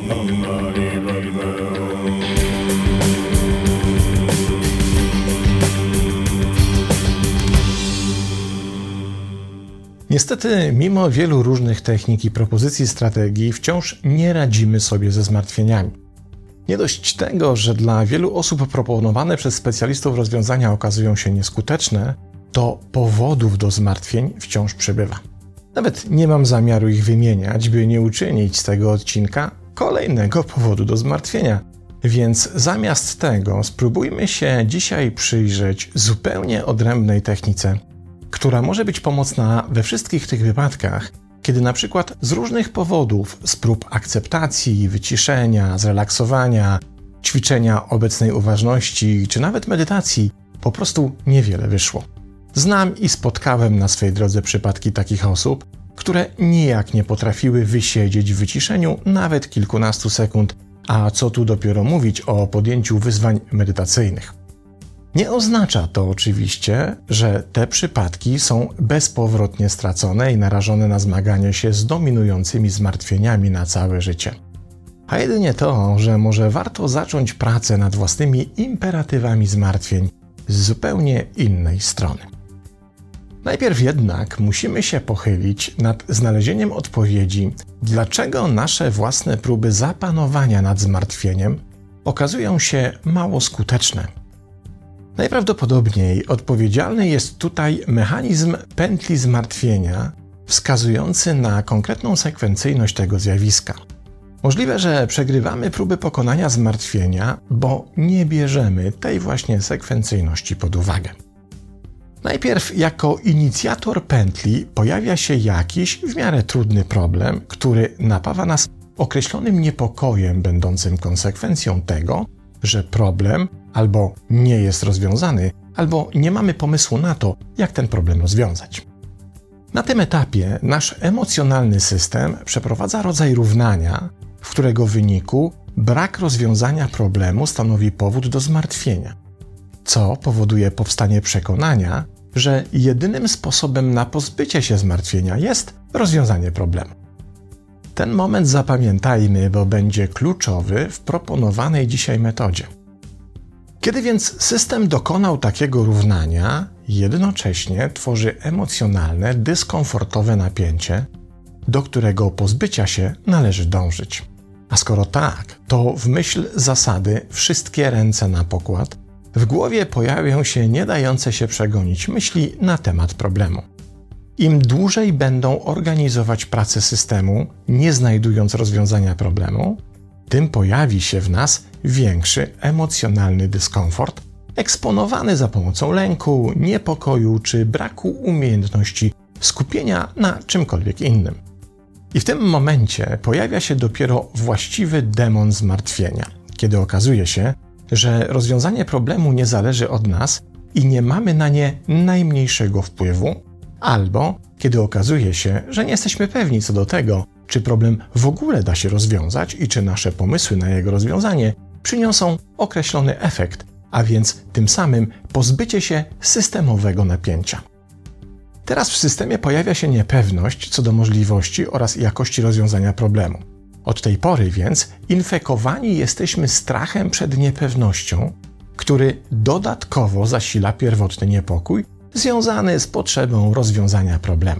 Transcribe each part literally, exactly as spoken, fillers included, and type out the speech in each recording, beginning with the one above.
Niestety, mimo wielu różnych technik i propozycji strategii, wciąż nie radzimy sobie ze zmartwieniami. Nie dość tego, że dla wielu osób proponowane przez specjalistów rozwiązania okazują się nieskuteczne, to powodów do zmartwień wciąż przybywa. Nawet nie mam zamiaru ich wymieniać, by nie uczynić z tego odcinka kolejnego powodu do zmartwienia. Więc zamiast tego spróbujmy się dzisiaj przyjrzeć zupełnie odrębnej technice, która może być pomocna we wszystkich tych wypadkach, kiedy na przykład z różnych powodów, z prób akceptacji, wyciszenia, zrelaksowania, ćwiczenia obecnej uważności czy nawet medytacji po prostu niewiele wyszło. Znam i spotkałem na swej drodze przypadki takich osób, które nijak nie potrafiły wysiedzieć w wyciszeniu nawet kilkunastu sekund, a co tu dopiero mówić o podjęciu wyzwań medytacyjnych. Nie oznacza to oczywiście, że te przypadki są bezpowrotnie stracone i narażone na zmaganie się z dominującymi zmartwieniami na całe życie. A jedynie to, że może warto zacząć pracę nad własnymi imperatywami zmartwień z zupełnie innej strony. Najpierw jednak musimy się pochylić nad znalezieniem odpowiedzi, dlaczego nasze własne próby zapanowania nad zmartwieniem okazują się mało skuteczne. Najprawdopodobniej odpowiedzialny jest tutaj mechanizm pętli zmartwienia, wskazujący na konkretną sekwencyjność tego zjawiska. Możliwe, że przegrywamy próby pokonania zmartwienia, bo nie bierzemy tej właśnie sekwencyjności pod uwagę. Najpierw jako inicjator pętli pojawia się jakiś w miarę trudny problem, który napawa nas określonym niepokojem będącym konsekwencją tego, że problem albo nie jest rozwiązany, albo nie mamy pomysłu na to, jak ten problem rozwiązać. Na tym etapie nasz emocjonalny system przeprowadza rodzaj równania, w którego wyniku brak rozwiązania problemu stanowi powód do zmartwienia, co powoduje powstanie przekonania, że jedynym sposobem na pozbycie się zmartwienia jest rozwiązanie problemu. Ten moment zapamiętajmy, bo będzie kluczowy w proponowanej dzisiaj metodzie. Kiedy więc system dokonał takiego równania, jednocześnie tworzy emocjonalne, dyskomfortowe napięcie, do którego pozbycia się należy dążyć. A skoro tak, to w myśl zasady wszystkie ręce na pokład, w głowie pojawią się nie dające się przegonić myśli na temat problemu. Im dłużej będą organizować pracę systemu, nie znajdując rozwiązania problemu, tym pojawi się w nas większy emocjonalny dyskomfort, eksponowany za pomocą lęku, niepokoju czy braku umiejętności skupienia na czymkolwiek innym. I w tym momencie pojawia się dopiero właściwy demon zmartwienia, kiedy okazuje się, że rozwiązanie problemu nie zależy od nas i nie mamy na nie najmniejszego wpływu, albo kiedy okazuje się, że nie jesteśmy pewni co do tego, czy problem w ogóle da się rozwiązać i czy nasze pomysły na jego rozwiązanie przyniosą określony efekt, a więc tym samym pozbycie się systemowego napięcia. Teraz w systemie pojawia się niepewność co do możliwości oraz jakości rozwiązania problemu. Od tej pory więc infekowani jesteśmy strachem przed niepewnością, który dodatkowo zasila pierwotny niepokój związany z potrzebą rozwiązania problemu.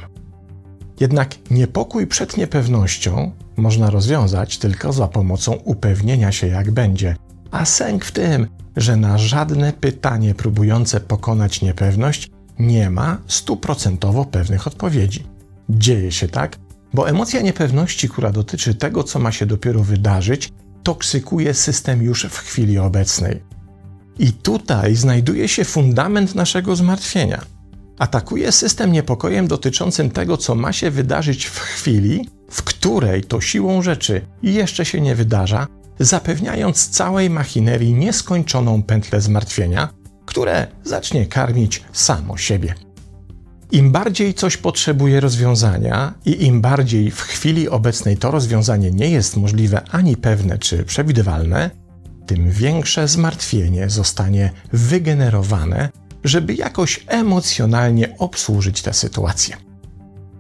Jednak niepokój przed niepewnością można rozwiązać tylko za pomocą upewnienia się, jak będzie, a sęk w tym, że na żadne pytanie próbujące pokonać niepewność nie ma stuprocentowo pewnych odpowiedzi. Dzieje się tak, bo emocja niepewności, która dotyczy tego, co ma się dopiero wydarzyć, toksykuje system już w chwili obecnej. I tutaj znajduje się fundament naszego zmartwienia. Atakuje system niepokojem dotyczącym tego, co ma się wydarzyć w chwili, w której to siłą rzeczy jeszcze się nie wydarza, zapewniając całej machinerii nieskończoną pętlę zmartwienia, które zacznie karmić samo siebie. Im bardziej coś potrzebuje rozwiązania i im bardziej w chwili obecnej to rozwiązanie nie jest możliwe ani pewne czy przewidywalne, tym większe zmartwienie zostanie wygenerowane, żeby jakoś emocjonalnie obsłużyć tę sytuację.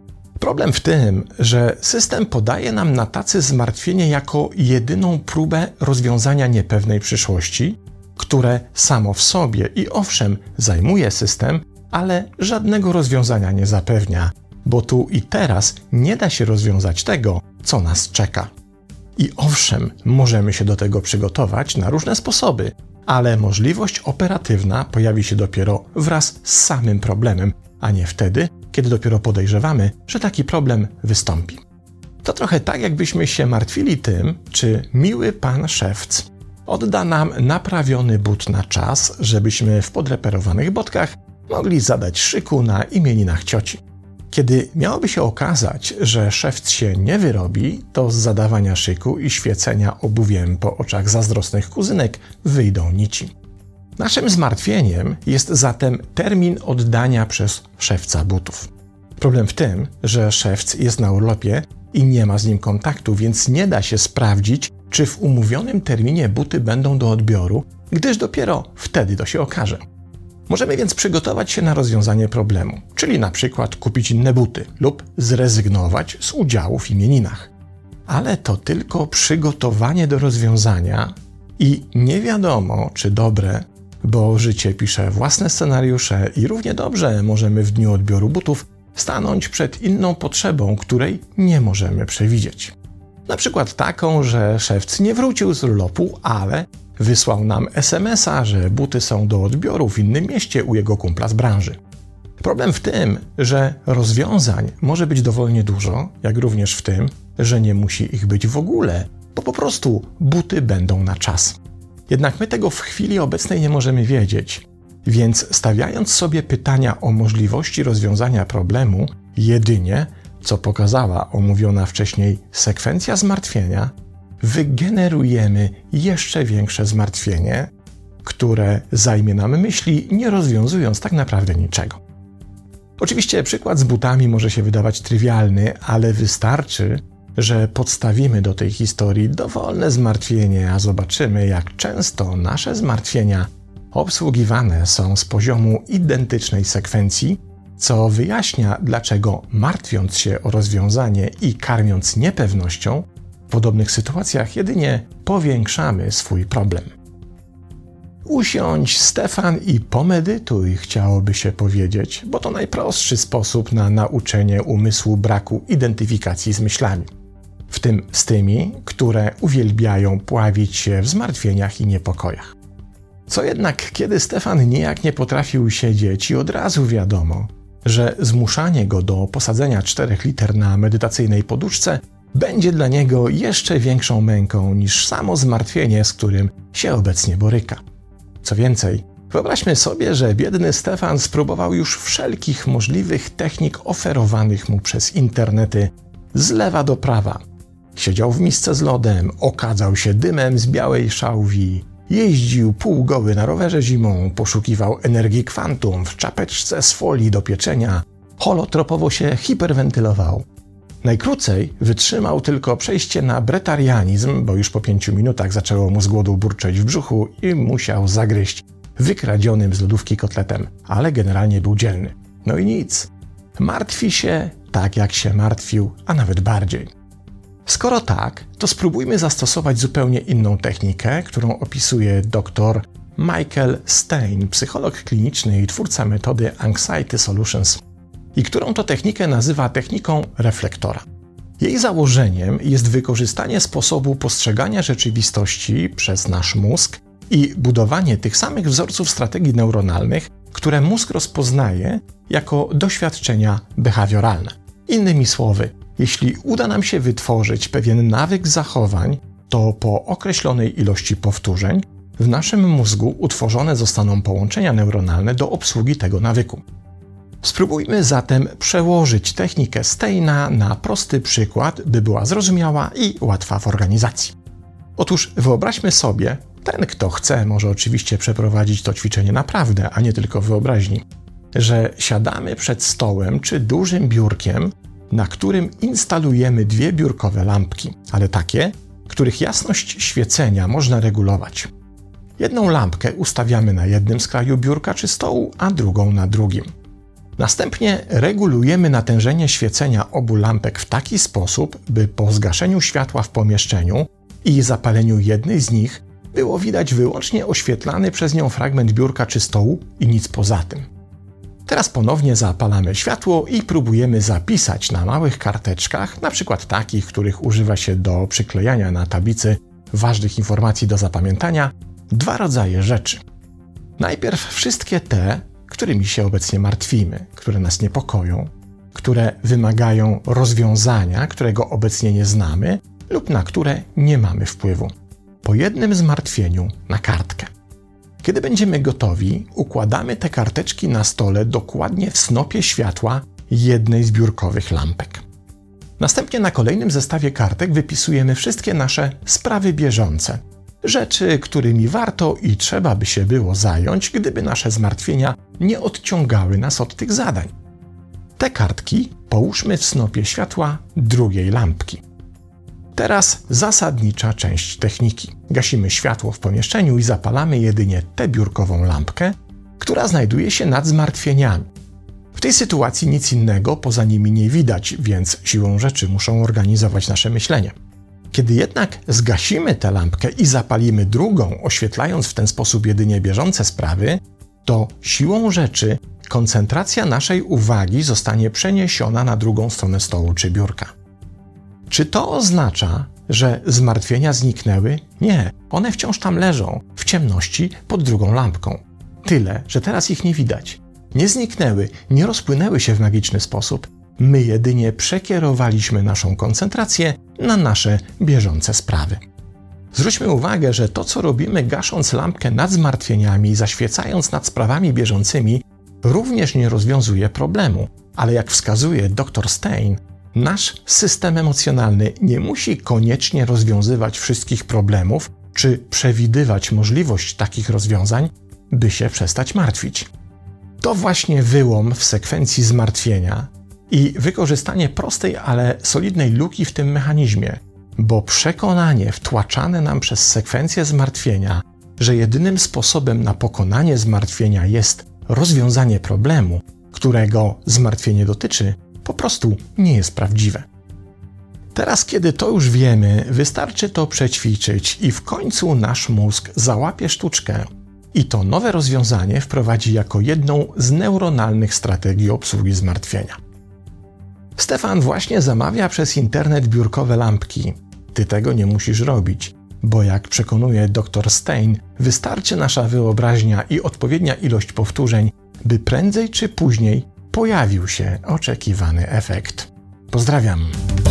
Problem w tym, że system podaje nam na tacy zmartwienie jako jedyną próbę rozwiązania niepewnej przyszłości, które samo w sobie i owszem zajmuje system, ale żadnego rozwiązania nie zapewnia, bo tu i teraz nie da się rozwiązać tego, co nas czeka. I owszem, możemy się do tego przygotować na różne sposoby, ale możliwość operatywna pojawi się dopiero wraz z samym problemem, a nie wtedy, kiedy dopiero podejrzewamy, że taki problem wystąpi. To trochę tak, jakbyśmy się martwili tym, czy miły pan szewc odda nam naprawiony but na czas, żebyśmy w podreperowanych botkach mogli zadać szyku na imieninach cioci. Kiedy miałoby się okazać, że szewc się nie wyrobi, to z zadawania szyku i świecenia obuwiem po oczach zazdrosnych kuzynek wyjdą nici. Naszym zmartwieniem jest zatem termin oddania przez szewca butów. Problem w tym, że szewc jest na urlopie i nie ma z nim kontaktu, więc nie da się sprawdzić, czy w umówionym terminie buty będą do odbioru, gdyż dopiero wtedy to się okaże. Możemy więc przygotować się na rozwiązanie problemu, czyli na przykład kupić inne buty lub zrezygnować z udziału w imieninach. Ale to tylko przygotowanie do rozwiązania i nie wiadomo, czy dobre, bo życie pisze własne scenariusze i równie dobrze możemy w dniu odbioru butów stanąć przed inną potrzebą, której nie możemy przewidzieć. Na przykład taką, że szewc nie wrócił z urlopu, ale wysłał nam es em es a, że buty są do odbioru w innym mieście u jego kumpla z branży. Problem w tym, że rozwiązań może być dowolnie dużo, jak również w tym, że nie musi ich być w ogóle, bo po prostu buty będą na czas. Jednak my tego w chwili obecnej nie możemy wiedzieć, więc stawiając sobie pytania o możliwości rozwiązania problemu, jedynie, co pokazała omówiona wcześniej sekwencja zmartwienia, wygenerujemy jeszcze większe zmartwienie, które zajmie nam myśli, nie rozwiązując tak naprawdę niczego. Oczywiście przykład z butami może się wydawać trywialny, ale wystarczy, że podstawimy do tej historii dowolne zmartwienie, a zobaczymy, jak często nasze zmartwienia obsługiwane są z poziomu identycznej sekwencji, co wyjaśnia, dlaczego martwiąc się o rozwiązanie i karmiąc niepewnością, w podobnych sytuacjach jedynie powiększamy swój problem. Usiądź, Stefan, i pomedytuj, chciałoby się powiedzieć, bo to najprostszy sposób na nauczenie umysłu braku identyfikacji z myślami, w tym z tymi, które uwielbiają pławić się w zmartwieniach i niepokojach. Co jednak, kiedy Stefan nijak nie potrafił siedzieć i od razu wiadomo, że zmuszanie go do posadzenia czterech liter na medytacyjnej poduszce będzie dla niego jeszcze większą męką niż samo zmartwienie, z którym się obecnie boryka. Co więcej, wyobraźmy sobie, że biedny Stefan spróbował już wszelkich możliwych technik oferowanych mu przez internety z lewa do prawa. Siedział w misce z lodem, okadzał się dymem z białej szałwi, jeździł półgoły na rowerze zimą, poszukiwał energii kwantum w czapeczce z folii do pieczenia, holotropowo się hiperwentylował. Najkrócej wytrzymał tylko przejście na bretarianizm, bo już po pięciu minutach zaczęło mu z głodu burczeć w brzuchu i musiał zagryźć wykradzionym z lodówki kotletem, ale generalnie był dzielny. No i nic. Martwi się tak, jak się martwił, a nawet bardziej. Skoro tak, to spróbujmy zastosować zupełnie inną technikę, którą opisuje dr Michael Stein, psycholog kliniczny i twórca metody Anxiety Solutions, i którą to technikę nazywa techniką reflektora. Jej założeniem jest wykorzystanie sposobu postrzegania rzeczywistości przez nasz mózg i budowanie tych samych wzorców strategii neuronalnych, które mózg rozpoznaje jako doświadczenia behawioralne. Innymi słowy, jeśli uda nam się wytworzyć pewien nawyk zachowań, to po określonej ilości powtórzeń w naszym mózgu utworzone zostaną połączenia neuronalne do obsługi tego nawyku. Spróbujmy zatem przełożyć technikę Steina na prosty przykład, by była zrozumiała i łatwa w organizacji. Otóż wyobraźmy sobie, ten kto chce może oczywiście przeprowadzić to ćwiczenie naprawdę, a nie tylko w wyobraźni, że siadamy przed stołem czy dużym biurkiem, na którym instalujemy dwie biurkowe lampki, ale takie, których jasność świecenia można regulować. Jedną lampkę ustawiamy na jednym skraju biurka czy stołu, a drugą na drugim. Następnie regulujemy natężenie świecenia obu lampek w taki sposób, by po zgaszeniu światła w pomieszczeniu i zapaleniu jednej z nich było widać wyłącznie oświetlany przez nią fragment biurka czy stołu i nic poza tym. Teraz ponownie zapalamy światło i próbujemy zapisać na małych karteczkach, np. takich, których używa się do przyklejania na tablicy ważnych informacji do zapamiętania, dwa rodzaje rzeczy. Najpierw wszystkie te, którymi się obecnie martwimy, które nas niepokoją, które wymagają rozwiązania, którego obecnie nie znamy lub na które nie mamy wpływu. Po jednym zmartwieniu na kartkę. Kiedy będziemy gotowi, układamy te karteczki na stole dokładnie w snopie światła jednej z biurkowych lampek. Następnie na kolejnym zestawie kartek wypisujemy wszystkie nasze sprawy bieżące, rzeczy, którymi warto i trzeba by się było zająć, gdyby nasze zmartwienia nie odciągały nas od tych zadań. Te kartki połóżmy w snopie światła drugiej lampki. Teraz zasadnicza część techniki. Gasimy światło w pomieszczeniu i zapalamy jedynie tę biurkową lampkę, która znajduje się nad zmartwieniami. W tej sytuacji nic innego poza nimi nie widać, więc siłą rzeczy muszą organizować nasze myślenie. Kiedy jednak zgasimy tę lampkę i zapalimy drugą, oświetlając w ten sposób jedynie bieżące sprawy, to siłą rzeczy koncentracja naszej uwagi zostanie przeniesiona na drugą stronę stołu czy biurka. Czy to oznacza, że zmartwienia zniknęły? Nie, one wciąż tam leżą, w ciemności pod drugą lampką. Tyle, że teraz ich nie widać. Nie zniknęły, nie rozpłynęły się w magiczny sposób. My jedynie przekierowaliśmy naszą koncentrację na nasze bieżące sprawy. Zwróćmy uwagę, że to, co robimy gasząc lampkę nad zmartwieniami i zaświecając nad sprawami bieżącymi, również nie rozwiązuje problemu. Ale jak wskazuje dr Stein, nasz system emocjonalny nie musi koniecznie rozwiązywać wszystkich problemów, czy przewidywać możliwość takich rozwiązań, by się przestać martwić. To właśnie wyłom w sekwencji zmartwienia i wykorzystanie prostej, ale solidnej luki w tym mechanizmie, bo przekonanie wtłaczane nam przez sekwencję zmartwienia, że jedynym sposobem na pokonanie zmartwienia jest rozwiązanie problemu, którego zmartwienie dotyczy, po prostu nie jest prawdziwe. Teraz, kiedy to już wiemy, wystarczy to przećwiczyć i w końcu nasz mózg załapie sztuczkę i to nowe rozwiązanie wprowadzi jako jedną z neuronalnych strategii obsługi zmartwienia. Stefan właśnie zamawia przez internet biurkowe lampki. Ty tego nie musisz robić, bo jak przekonuje dr Stein, wystarczy nasza wyobraźnia i odpowiednia ilość powtórzeń, by prędzej czy później pojawił się oczekiwany efekt. Pozdrawiam!